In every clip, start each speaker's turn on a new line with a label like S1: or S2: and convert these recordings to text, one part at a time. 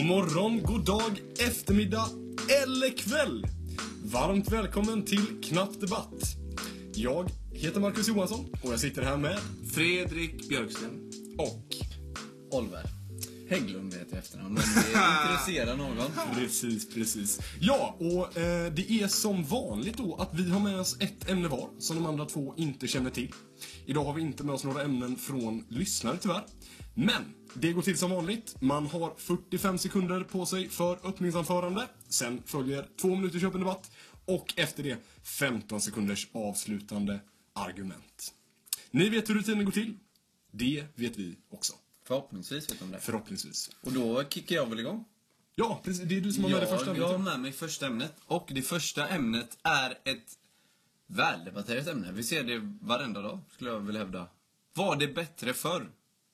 S1: God morgon, god dag, eftermiddag eller kväll. Varmt välkommen till Knapp Debatt. Jag heter Marcus Johansson och jag sitter här med
S2: Fredrik Björksten
S1: och
S3: Oliver Hägglund heter efternamn, men det intresserar någon.
S1: Precis. Ja, och det är som vanligt då att vi har med oss ett ämne var som de andra två inte känner till. Idag har vi inte med oss några ämnen från lyssnare tyvärr. Men det går till som vanligt. Man har 45 sekunder på sig för öppningsanförande. Sen följer 2 minuters öppen debatt. Och efter det 15 sekunders avslutande argument. Ni vet hur rutinen går till. Det vet vi också.
S3: Förhoppningsvis vet de det.
S1: Förhoppningsvis.
S3: Och då kickar jag väl igång.
S1: Ja, precis. Det är du som har med det första ämnet.
S3: Jag har med mig första ämnet. Och det första ämnet är ett väldebatterat ämne. Vi ser det varenda dag, skulle jag vilja hävda. Var det bättre förr?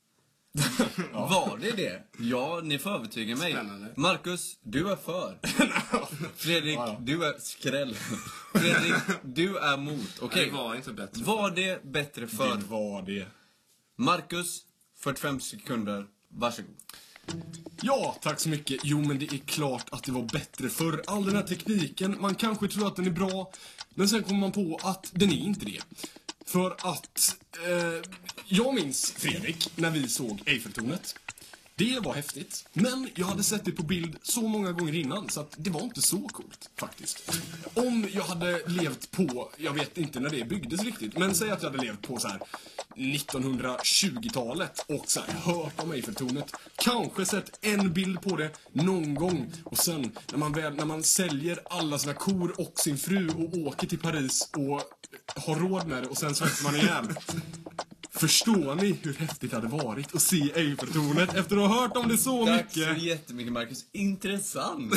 S3: Ja. Var det? Ja, ni får övertyga mig.
S2: Spännande.
S3: Marcus, du är för. Fredrik, du är skräll. Fredrik, du är mot. Okej.
S2: Det var inte bättre.
S3: Var det bättre förr?
S1: Det var det.
S3: Marcus, 45 sekunder. Varsågod.
S1: Ja, tack så mycket. Jo, men det är klart att det var bättre för all den här tekniken. Man kanske tror att den är bra, men sen kommer man på att den är inte det. För att jag minns, Fredrik, när vi såg Eiffeltornet. Det var häftigt, men jag hade sett det på bild så många gånger innan så att det var inte så coolt, faktiskt. Om jag hade levt på, jag vet inte när det byggdes riktigt, men säg att jag hade levt på så här 1920-talet och så här, hört om Eiffeltornet, kanske sett en bild på det någon gång och sen när man säljer alla sina kor och sin fru och åker till Paris och har råd med det och sen svälter man ihjäl. Förstår ni hur häftigt det hade varit att se Eiffeltornet efter att ha hört om det så mycket?
S3: Tack så jättemycket, Marcus. Intressant.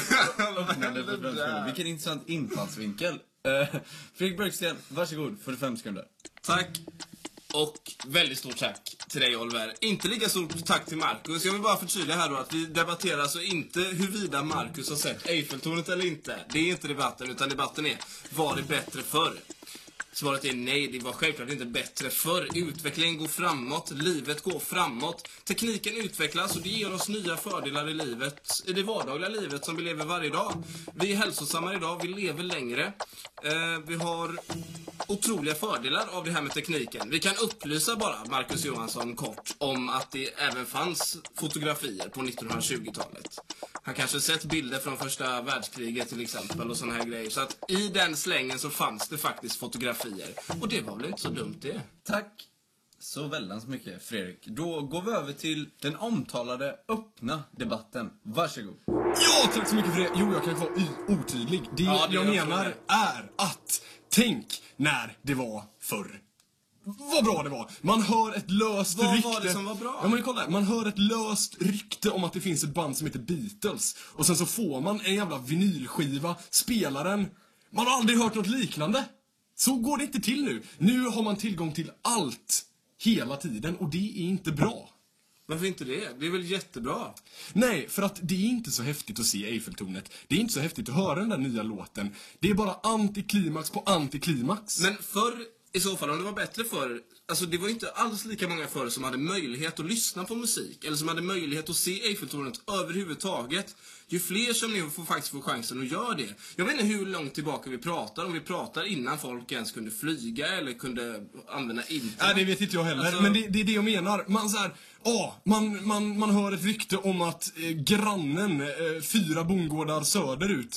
S3: Vilken intressant infallsvinkel. Fredrik Björksten, varsågod, 45 sekunder.
S2: Tack. Och väldigt stort tack till dig, Oliver. Inte lika stort tack till Marcus. Jag vill bara förtydliga här då att vi debatterar alltså inte huruvida Marcus har sett Eiffeltornet eller inte. Det är inte debatten, utan debatten är, var det bättre förr? Svaret är nej, det var självklart inte bättre förr. Utvecklingen går framåt, livet går framåt. Tekniken utvecklas och det ger oss nya fördelar i livet, i det vardagliga livet som vi lever varje dag. Vi är hälsosammare idag, vi lever längre. Vi har otroliga fördelar av det här med tekniken. Vi kan upplysa bara Marcus Johansson kort om att det även fanns fotografier på 1920-talet. Han kanske sett bilder från första världskriget till exempel och såna här grejer. Så att i den slängen så fanns det faktiskt fotografier. Och det var väl inte så dumt det.
S3: Tack så väldans mycket, Fredrik. Då går vi över till den omtalade öppna debatten. Varsågod.
S1: Ja, tack så mycket för det. Jo, jag kan vara otydlig. Det jag menar är att tänk när det var förr. Vad bra det var. Man hör ett löst rykte.
S2: Vad var det som var bra?
S1: Ja, men kolla. Man hör ett löst rykte om att det finns ett band som heter Beatles. Och sen så får man en jävla vinylskiva, spelaren. Man har aldrig hört något liknande. Så går det inte till nu. Nu har man tillgång till allt hela tiden och det är inte bra.
S2: Varför inte det? Det är väl jättebra.
S1: Nej, för att det är inte så häftigt att se Eiffeltornet. Det är inte så häftigt att höra den där nya låten. Det är bara antiklimax på antiklimax.
S2: Men förr, i så fall, om det var bättre förr, alltså det var inte alls lika många förr som hade möjlighet att lyssna på musik eller som hade möjlighet att se Eiffeltornet överhuvudtaget. Ju fler som nu faktiskt får chansen att göra det. Jag vet inte hur långt tillbaka vi pratar. Om vi pratar innan folk ens kunde flyga eller kunde använda internet.
S1: Nej, det vet inte jag heller.
S2: Alltså,
S1: men det är det jag menar. Man så här, man hör ett rykte om att grannen 4 bondgårdar söderut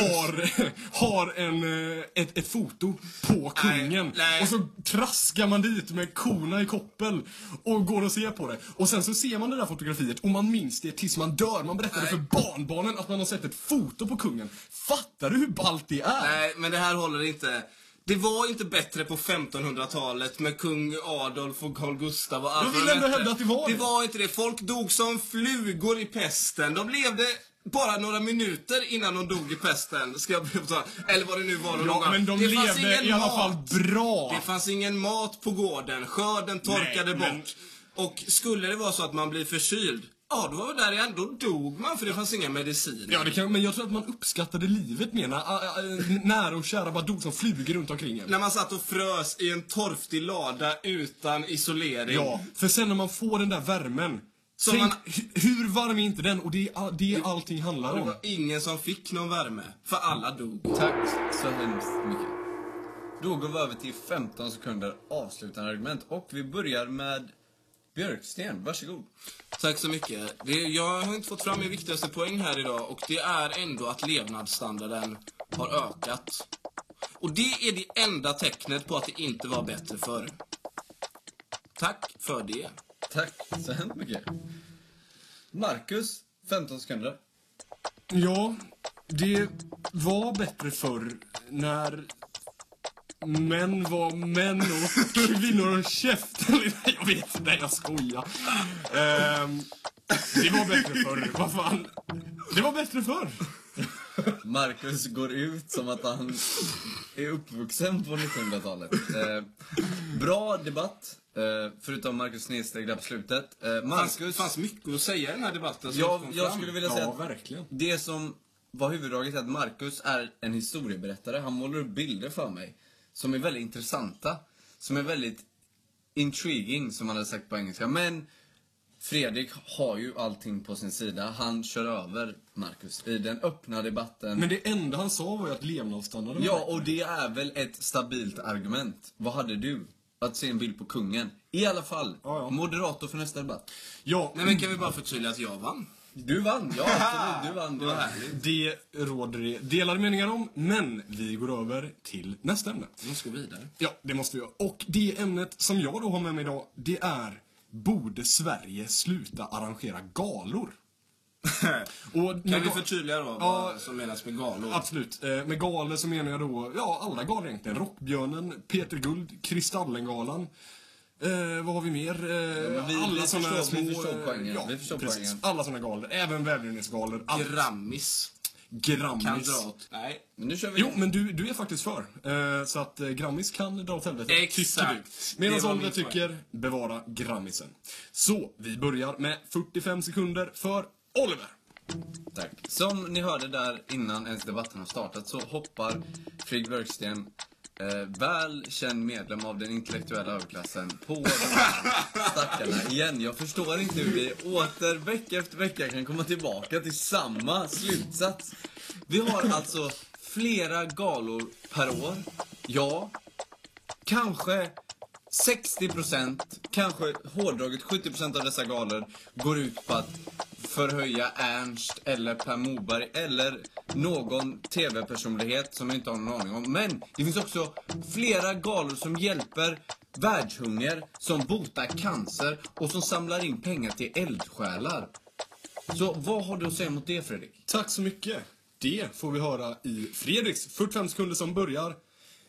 S1: har ett foto på kungen.
S2: Nej.
S1: Och så traskar man dit med korna i koppel och går och ser på det. Och sen så ser man det där fotografiet och man minns det tills man dör. Man berättade för barnbarnen att man har sett ett foto på kungen. Fattar du hur ballt det är?
S2: Nej, men det här håller inte. Det var inte bättre på 1500-talet med kung Adolf och Carl Gustav och allt.
S1: Jag vill ändå hävda att det var det.
S2: Det var inte det. Folk dog som flugor i pesten. De levde bara några minuter innan de dog i pesten. Ska jag ta. Eller vad det nu var.
S1: Ja, men de levde i alla fall bra.
S2: Det fanns ingen mat på gården. Skörden torkade bort. Och skulle det vara så att man blir förkyld, ja, då var vi där igen. Då dog man för det fanns inga mediciner.
S1: Ja, men jag tror att man uppskattade livet mer nära och kära bara dog som flugor runt omkring en.
S2: När man satt och frös i en torftig lada utan isolering.
S1: Ja, för sen när man får den där värmen,
S2: Som man,
S1: Hur varm är inte den? Och det är allting handlar
S2: det
S1: om.
S2: var ingen som fick någon värme. För alla dog.
S3: Tack så hemskt mycket. Då går vi över till 15 sekunder avslutande argument. Och vi börjar med Björksten. Varsågod.
S2: Tack så mycket. Jag har inte fått fram min viktigaste poäng här idag. Och det är ändå att levnadsstandarden har ökat. Och det är det enda tecknet på att det inte var bättre förr. Tack för det.
S3: Tack så hemskt mycket. Marcus, 15 sekunder.
S1: Ja, det var bättre förr när män var män och kvinnor och käften. Jag vet inte, jag skojar. Det var bättre förr, vad fan. Det var bättre förr.
S3: Marcus går ut som att han är uppvuxen på 1900-talet. Bra debatt. Förutom Marcus nedsteg där på slutet.
S2: Det fanns mycket att säga i den här debatten. Som
S3: Jag
S2: kom fram.
S3: skulle vilja säga att
S1: verkligen.
S3: det som var huvuddraget är att Marcus är en historieberättare. Han målar upp bilder för mig som är väldigt intressanta. Som är väldigt intriguing, som man hade sagt på engelska. Men Fredrik har ju allting på sin sida. Han kör över Marcus i den öppna debatten.
S1: Men det enda han sa var ju att levnadsstandarden
S3: Ja, och det är väl ett stabilt argument. Vad hade du? Att se en bild på kungen. I alla fall,
S1: Ja.
S3: moderator för nästa debatt.
S1: Ja,
S2: Nej, men kan vi bara förtydliga att jag vann?
S3: Du vann, ja absolut, du vann.
S2: Det var härligt.
S1: det råder det delade meningar om, men vi går över till nästa ämne.
S2: Vi måste gå vidare.
S1: Ja, det måste vi göra. Och det ämnet som jag då har med mig idag, det är: borde Sverige sluta arrangera galor? Och
S2: Kan vi förtydliga då vad som menas med galor?
S1: Absolut. Med galor så menar jag då, alla galor egentligen. Rockbjörnen, Peter Guld, Kristallengalan. Vad har vi mer?
S3: vi förstår poängen.
S1: Ja,
S3: Vi förstår
S1: precis.
S3: poängen.
S1: Alla såna galor. Även välgörenhetsgalor. Allt.
S2: Grammis.
S1: Grammis.
S2: Kan dra åt. Nej.
S3: Men nu kör vi.
S1: Jo, men du är faktiskt för. Så att Grammis kan dra åt helvete.
S2: Exakt.
S1: Tycker du. Medan
S2: Det var
S1: Oliver
S2: min poäng.
S1: tycker bevara Grammisen. Så, vi börjar med 45 sekunder för Oliver.
S3: Tack. Som ni hörde där innan ens debatten har startat så hoppar Fredrik Björksten, väl känd medlem av den intellektuella överklassen, på de här stackarna igen. Jag förstår inte hur vi åter vecka efter vecka kan komma tillbaka till samma slutsats. Vi har alltså flera galor per år. Ja, kanske 60%, kanske hårdraget 70% av dessa galor går ut på att förhöja Ernst eller Per Morberg eller någon tv-personlighet som jag inte har någon aning om. Men det finns också flera galor som hjälper världshunger, som botar cancer och som samlar in pengar till eldsjälar. Så vad har du att säga mot det, Fredrik?
S1: Tack så mycket. Det får vi höra i Fredriks 45 sekunder som börjar.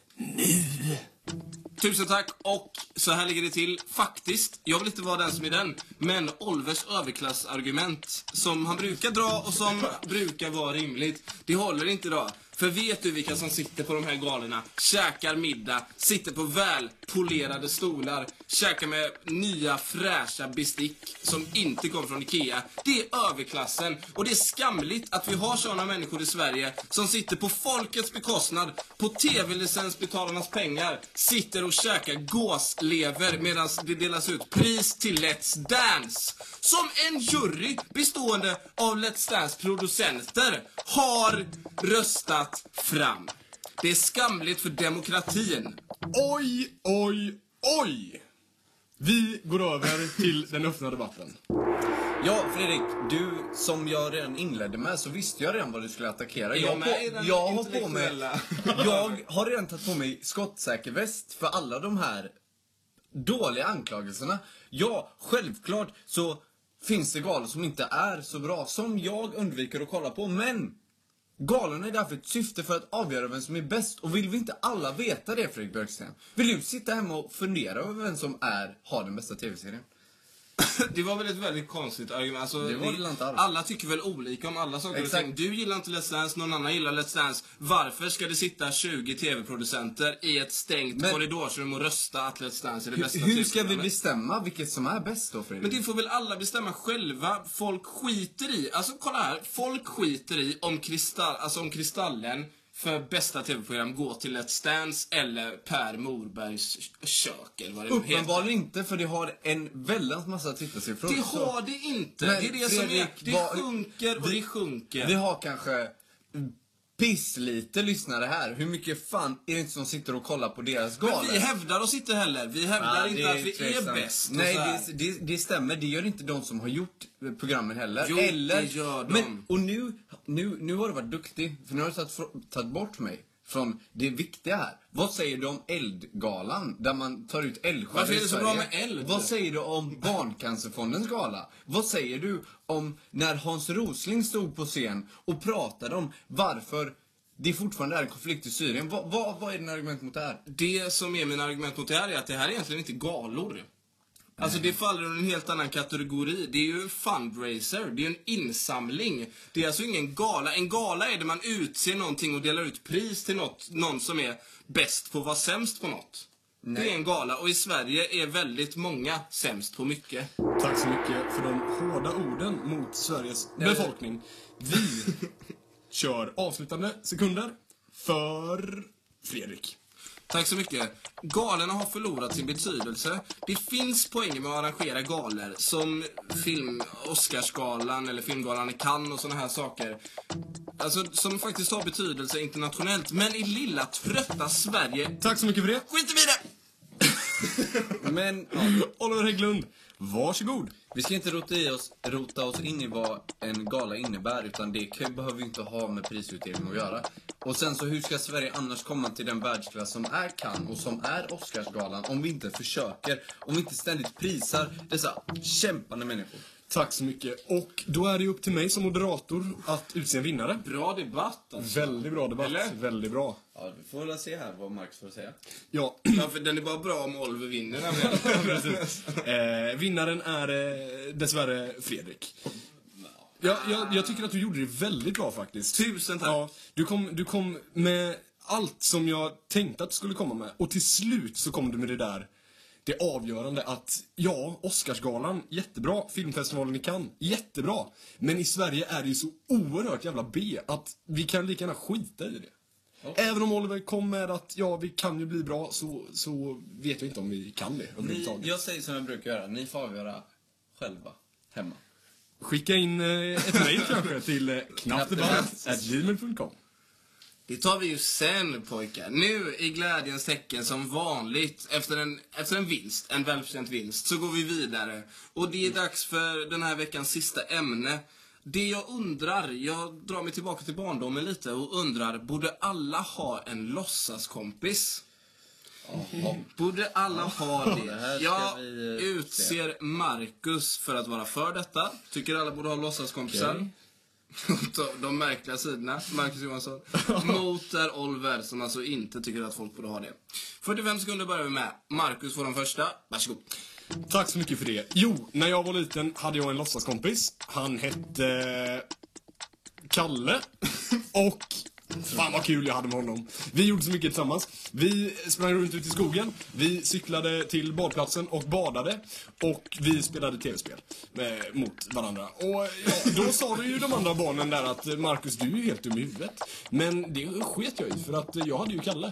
S2: Tusen tack, och så här ligger det till. Faktiskt, jag vill inte vara den som är den, men Olvers överklassargument som han brukar dra och som brukar vara rimligt, det håller inte idag. För vet du vilka som sitter på de här galorna, käkar middag, sitter på välpolerade stolar, käkar med nya fräscha bestick som inte kommer från Ikea? Det är överklassen, och det är skamligt att vi har sådana människor i Sverige som sitter på folkets bekostnad, på tv-licensbetalarnas pengar, sitter och käkar gåslever medan det delas ut pris till Let's Dance. Som en jury bestående av Let's Dance producenter har röstat fram. Det är skamligt för demokratin.
S1: Oj, oj, oj! Vi går över till den öppna debatten.
S3: Ja, Fredrik, du, som jag redan inledde med, så visste jag redan vad du skulle attackera. Jag har redan tagit på mig skottsäker väst för alla de här dåliga anklagelserna. Ja, självklart så finns det galor som inte är så bra, som jag undviker att kolla på, men galorna är därför ett syfte för att avgöra vem som är bäst. Och vill vi inte alla veta det, Fredrik Björksten? Vill du sitta hemma och fundera över vem som har den bästa tv-serien?
S2: Det var väl ett väldigt konstigt argument. Alltså,
S3: Det var det inte alls.
S2: alla tycker väl olika om alla saker.
S3: Exakt.
S2: Du gillar inte Let's Dance, någon annan gillar Let's Dance. Varför ska det sitta 20 tv-producenter i ett stängt korridorsrum och rösta att Let's Dance är det bästa
S3: Hur ska vi
S2: tv-programmet?
S3: bestämma vilket som är bäst då, Fredrik?
S2: Men det får väl alla bestämma själva. Folk skiter i, alltså kolla här, folk skiter i om Kristallen för bästa tv-program gå till Let's Dance eller Per Morbergs kök eller vad det nu heter.
S3: Uppenbarligen inte, för det har en väldigt massa tittarsiffror.
S2: Det har det inte.
S3: Men
S2: det är det
S3: Fredrik,
S2: som är. Det sjunker och det sjunker.
S3: Vi har kanske pisslite lyssnare här. Hur mycket fan är det inte som sitter och kollar på deras galor?
S2: Men vi hävdar oss inte heller. Vi hävdar inte att vi
S3: tveksamt.
S2: är bäst.
S3: Nej, det stämmer. Det gör inte de som har gjort programmen heller.
S2: Jo,
S3: eller,
S2: det gör de.
S3: Men, och nu har du varit duktig. För nu har du tagit bort mig från det viktiga här. Vad säger du om Eldgalan, där man tar ut eldsjälar?
S2: Varför är det så bra med eld?
S3: Vad säger du om Barncancerfondens gala? Vad säger du om när Hans Rosling stod på scen och pratade om varför det fortfarande är en konflikt i Syrien? Vad är dina argument mot det här?
S2: Det som är min argument mot det här är att det här är egentligen inte galor. Alltså det faller under en helt annan kategori. Det är ju en fundraiser, det är en insamling. Det är alltså ingen gala. En gala är där man utser någonting och delar ut pris till någon som är bäst på att vara sämst på något.
S3: Nej.
S2: Det är en gala, och i Sverige är väldigt många sämst på mycket.
S1: Tack så mycket för de hårda orden mot Sveriges befolkning. Vi kör avslutande sekunder för Fredrik.
S2: Tack så mycket. Galerna har förlorat sin betydelse. Det finns poänger med att arrangera galer som Oscarsgalan eller filmgalan i Cannes och såna här saker. Alltså som faktiskt har betydelse internationellt. Men i lilla trötta Sverige...
S1: Tack så mycket för det.
S2: Skit i det!
S3: Men
S1: Oliver Hägglund, varsågod.
S3: vi ska inte rota oss in i vad en gala innebär, utan det behöver vi inte ha med prisutdelning att göra. Och sen så, hur ska Sverige annars komma till den världsklass som är Cannes och som är Oscarsgalan om vi inte försöker, om vi inte ständigt prisar dessa kämpande människor?
S1: Tack så mycket. Och då är det upp till mig som moderator att utse en vinnare.
S2: Bra debatt alltså.
S1: Väldigt bra debatt.
S2: Eller?
S1: Väldigt bra.
S3: Ja, vi får väl se här vad Marcus får säga.
S1: Ja,
S2: Ja, för den är bara bra om Oliver vinner nämligen.
S1: precis. Vinnaren är dessvärre Fredrik. Jag tycker att du gjorde det väldigt bra faktiskt.
S2: Tusen tack.
S1: Ja, du kom med allt som jag tänkte att du skulle komma med. Och till slut så kom du med det avgörande att, ja, Oscarsgalan, jättebra. Filmfestivalen i Cannes, jättebra. Men i Sverige är det ju så oerhört jävla B att vi kan lika gärna skita i det. Även om Oliver kom med att, ja, vi kan ju bli bra, så vet jag inte om vi kan det överhuvudtaget.
S3: Jag säger som jag brukar göra, ni får avgöra själva, hemma.
S1: Skicka in ett mejl kanske till knappdebatt@gmail.com.
S2: Det tar vi ju sen, pojkar. Nu i glädjens tecken som vanligt efter en vinst, en välförtjänt vinst, så går vi vidare. Och det är dags för den här veckans sista ämne. Det jag undrar, jag drar mig tillbaka till barndomen lite och undrar, borde alla ha en låtsaskompis? Borde alla ha det?
S3: här ska
S2: Jag
S3: vi
S2: utser Marcus för att vara för detta. Tycker alla borde ha låtsaskompisar. De märkliga sidorna, Marcus Johansson. Mot är Oliver, som alltså inte tycker att folk borde ha det. 45 sekunder börjar vi med. Marcus får de första. Varsågod.
S1: Tack så mycket för det. Jo, när jag var liten hade jag en låtsaskompis. Han hette Kalle. Och fan vad kul jag hade med honom. Vi gjorde så mycket tillsammans. Vi sprang runt ut i skogen. Vi cyklade till badplatsen och badade. Och vi spelade tv-spel mot varandra. Och ja, då sa ju de andra barnen där att Marcus, du är ju helt dum i huvudet. Men det sket jag i, för att jag hade ju Kalle.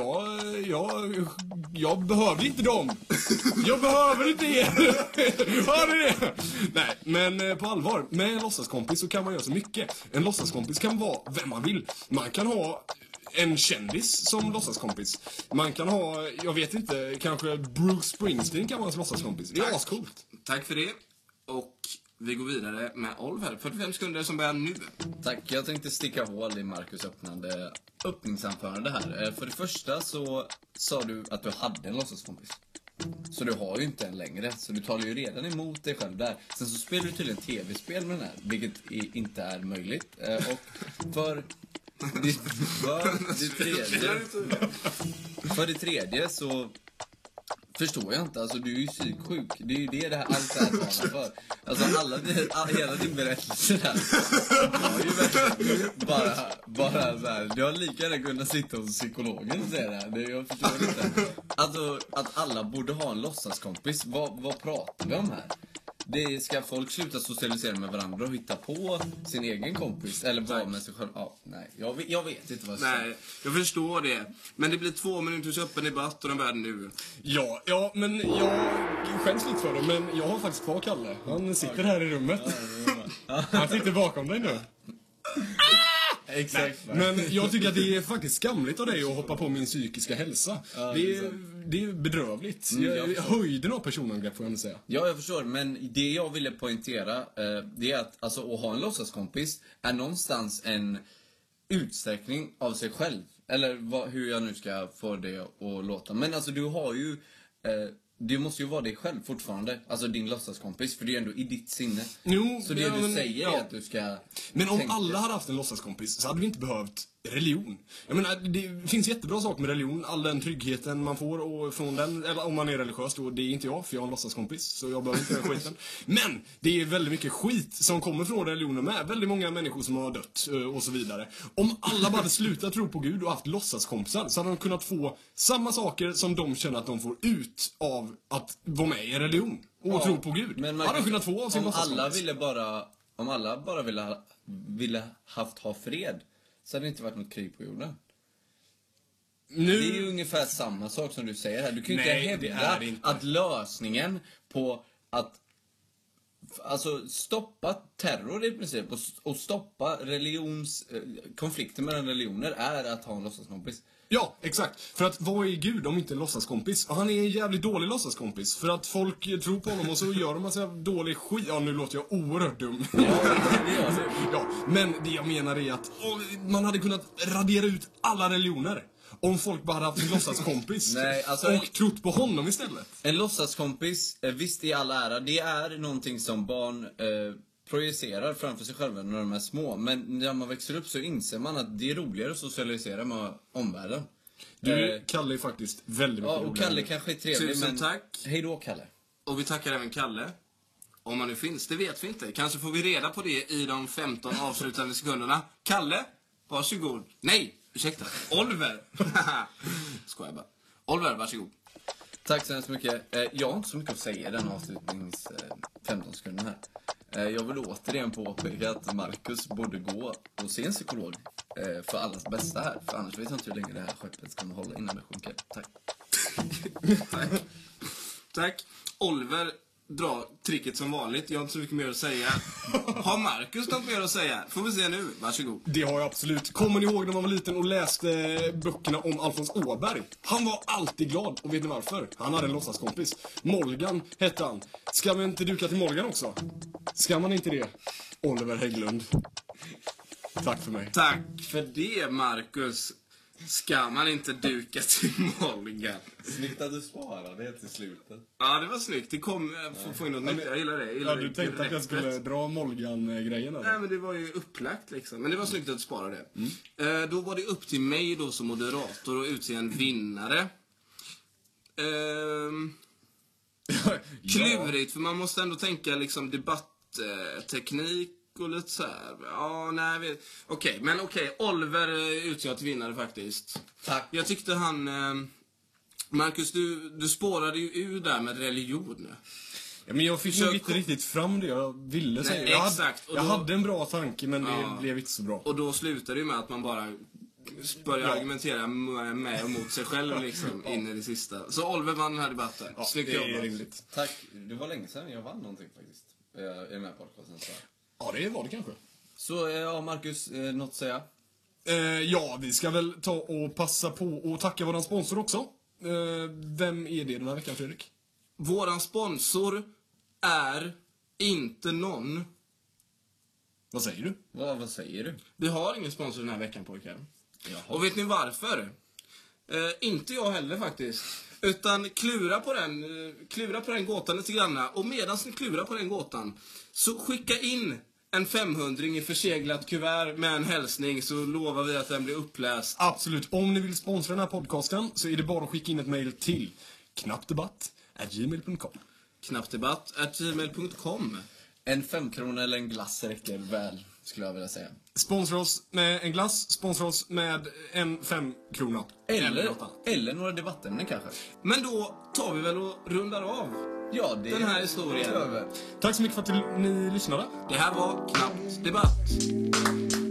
S1: Jag behövde inte dem. Jag behöver inte er. Hör ni det? Nej, men på allvar. Med en låtsaskompis så kan man göra så mycket. En låtsaskompis kan vara vem man vill. Man kan ha en kändis som låtsaskompis. Man kan ha, jag vet inte, kanske Bruce Springsteen kan vara en låtsaskompis. Det är ascoolt.
S2: Tack för det. Och vi går vidare med Oliver. 45 sekunder som börjar nu.
S3: Tack, jag tänkte sticka hål i Marcus öppningsanförande här. För det första så sa du att du hade en låtsaskompis. Så du har ju inte en längre, så du talar ju redan emot dig själv där. Sen så spelar du tydligen tv-spel med den här, vilket inte är möjligt. Och för det tredje så förstår jag inte, alltså du är ju psyksjuk. Det är ju det här allt det här talar för. Alltså hela din berättelse där var ju verkligen bara så här. Jag har lika gärna kunnat sitta hos psykologen och säga det här. Jag förstår inte. Alltså att alla borde ha en låtsaskompis. Vad pratar vi om här? Det ska folk sluta socialisera med varandra och hitta på sin egen kompis eller vara med sig själv. Ja, nej, jag vet inte vad jag säger.
S2: Nej, jag förstår det. Men det blir 2 minuters öppen debatt och den världen nu.
S1: Ja, men jag skäms lite för det, men jag har faktiskt kvar Kalle. Han sitter här i rummet. Han sitter bakom dig nu.
S3: Exakt.
S1: Men jag tycker att det är faktiskt skamligt av dig att hoppa på min psykiska hälsa. Det är bedrövligt. Höjden av personangrepp får jag säga.
S3: Ja, jag förstår. Men det jag ville poängtera, det är att alltså, att ha en låtsaskompis är någonstans en utsträckning av sig själv. Eller hur jag nu ska få det att låta. Men alltså du har ju... Du måste ju vara dig själv fortfarande. Alltså din låtsaskompis. För det är ändå i ditt sinne.
S1: Jo,
S3: så det du säger är att du ska...
S1: Men om alla hade haft en låtsaskompis så hade vi inte behövt religion. Jag menar, det finns jättebra saker med religion. All den tryggheten man får och från den. Eller om man är religiös då, det är inte jag. För jag har en låtsaskompis. Så jag behöver inte den skiten. Men det är väldigt mycket skit som kommer från religionen med. Väldigt många människor som har dött och så vidare. Om alla bara hade slutat tro på Gud och haft låtsaskompisar så hade de kunnat få samma saker som de känner att de får ut av att vara med i religion. Och tro på Gud.
S3: Men
S1: hade de kunnat få av sin
S3: om
S1: låtsaskompis.
S3: alla bara ville ha fred, så hade det inte varit något krig på jorden.
S1: Nu...
S3: Det är ju ungefär samma sak som du säger här. Du kan ju inte
S1: Nej, det
S3: hävda
S1: är det inte.
S3: att lösningen på att alltså stoppa terror i princip och stoppa konflikter mellan religioner är att ha en låtsaskompis.
S1: Ja, exakt. För att vad är Gud om inte en låtsaskompis? Och han är en jävligt dålig låtsaskompis. För att folk tror på honom och så gör de massa dålig skit. Ja, nu låter jag oerhört dum. Ja, men det jag menar är att man hade kunnat radera ut alla religioner. Om folk bara hade haft en låtsaskompis.
S3: Nej, alltså,
S1: och trott på honom istället.
S3: En låtsaskompis, visst i all ära, det är någonting som barn projicerar framför sig själva när de är små. Men när man växer upp så inser man att det är roligare att socialisera med omvärlden.
S1: Kalle är faktiskt väldigt mycket
S3: och Kalle kanske är trevlig,
S2: Tusen
S3: men...
S2: tack.
S3: Hej då, Kalle.
S2: Och vi tackar även Kalle. Om han nu finns, det vet vi inte. Kanske får vi reda på det i de 15 avslutande sekunderna. Kalle, varsågod. Nej, ursäkta. Oliver. Skojar bara. Oliver, varsågod.
S3: Tack så hemskt mycket. Jag har inte så mycket att säga i den avslutnings 15 sekunder här. Jag vill återigen påpeka att Marcus borde gå och se en psykolog för allas bästa här. För annars vet jag inte hur länge det här skeppet kommer hålla innan det sjunker. Tack.
S2: Tack. Oliver drar tricket som vanligt. Jag har inte så mycket mer att säga. Har Marcus något mer att säga? Får vi se nu. Varsågod.
S1: Det har jag absolut. Kommer ni ihåg när man var liten och läste böckerna om Alfons Åberg? Han var alltid glad. Och vet ni varför? Han hade en låtsaskompis. Molgan hette han. Ska man inte duka till Molgan också? Ska man inte det? Oliver Hägglund. Tack för mig.
S2: Tack för det, Marcus. Ska man inte duka till Molgan?
S3: Snyggt att du svarade det till slutet.
S2: Ja, det var snyggt. Det kom få in något nytt. Jag gillar det.
S1: Ja, du tänkte att jag skulle dra Molgan-grejen?
S2: Nej, men det var ju upplagt liksom. Men det var snyggt att du sparade det. Då var det upp till mig då som moderator att utse en vinnare. Klurigt, för man måste ändå tänka liksom debattteknik och lite så här. Ja, nej, okej, Oliver utser jag till vinnare faktiskt.
S3: Tack.
S2: Jag tyckte han... Marcus, du spårade ju ur där med religion.
S1: Ja, men jag fick nog inte riktigt fram det jag ville säga.
S2: Exakt.
S1: Jag hade en bra tanke, men det blev inte så bra.
S2: Och då slutade det med att man bara börjar argumentera med och mot sig själv liksom, in i det sista. Så Oliver vann den här debatten.
S1: Ja,
S2: Snyggt
S1: det är
S2: jobbat.
S1: rimligt.
S3: Tack. Det var länge sedan jag vann någonting faktiskt. I den här podcasten. Så.
S1: Ja, det var det kanske.
S3: Så ja, Marcus, något att säga?
S1: Ja, vi ska väl ta och passa på och tacka våran sponsor också. Vem är det den här veckan, Fredrik?
S2: Våran sponsor är inte någon.
S1: Vad säger du?
S3: Vad säger du?
S2: Vi har ingen sponsor den här veckan, pojkar.
S3: Jaha.
S2: Och vet ni varför? Inte jag heller faktiskt. Utan klura på den gåtan lite grann. Och medan ni klurar på den gåtan så skicka in en 500 i förseglat kuvert med en hälsning, så lovar vi att den blir uppläst.
S1: Absolut. Om ni vill sponsra den här podcasten så är det bara att skicka in ett mejl till knappdebatt@gmail.com.
S2: Knappdebatt@gmail.com.
S3: En 5-krona eller en glass räcker väl, skulle jag vilja säga.
S1: Sponsra oss med en glass, sponsra oss med en 5-krona.
S3: Eller några debattämnen kanske.
S2: Men då tar vi väl och rundar av
S3: Ja, det
S2: den här historien.
S3: Över.
S1: Tack så mycket för att ni lyssnade.
S2: Det här var Knappt Debatt.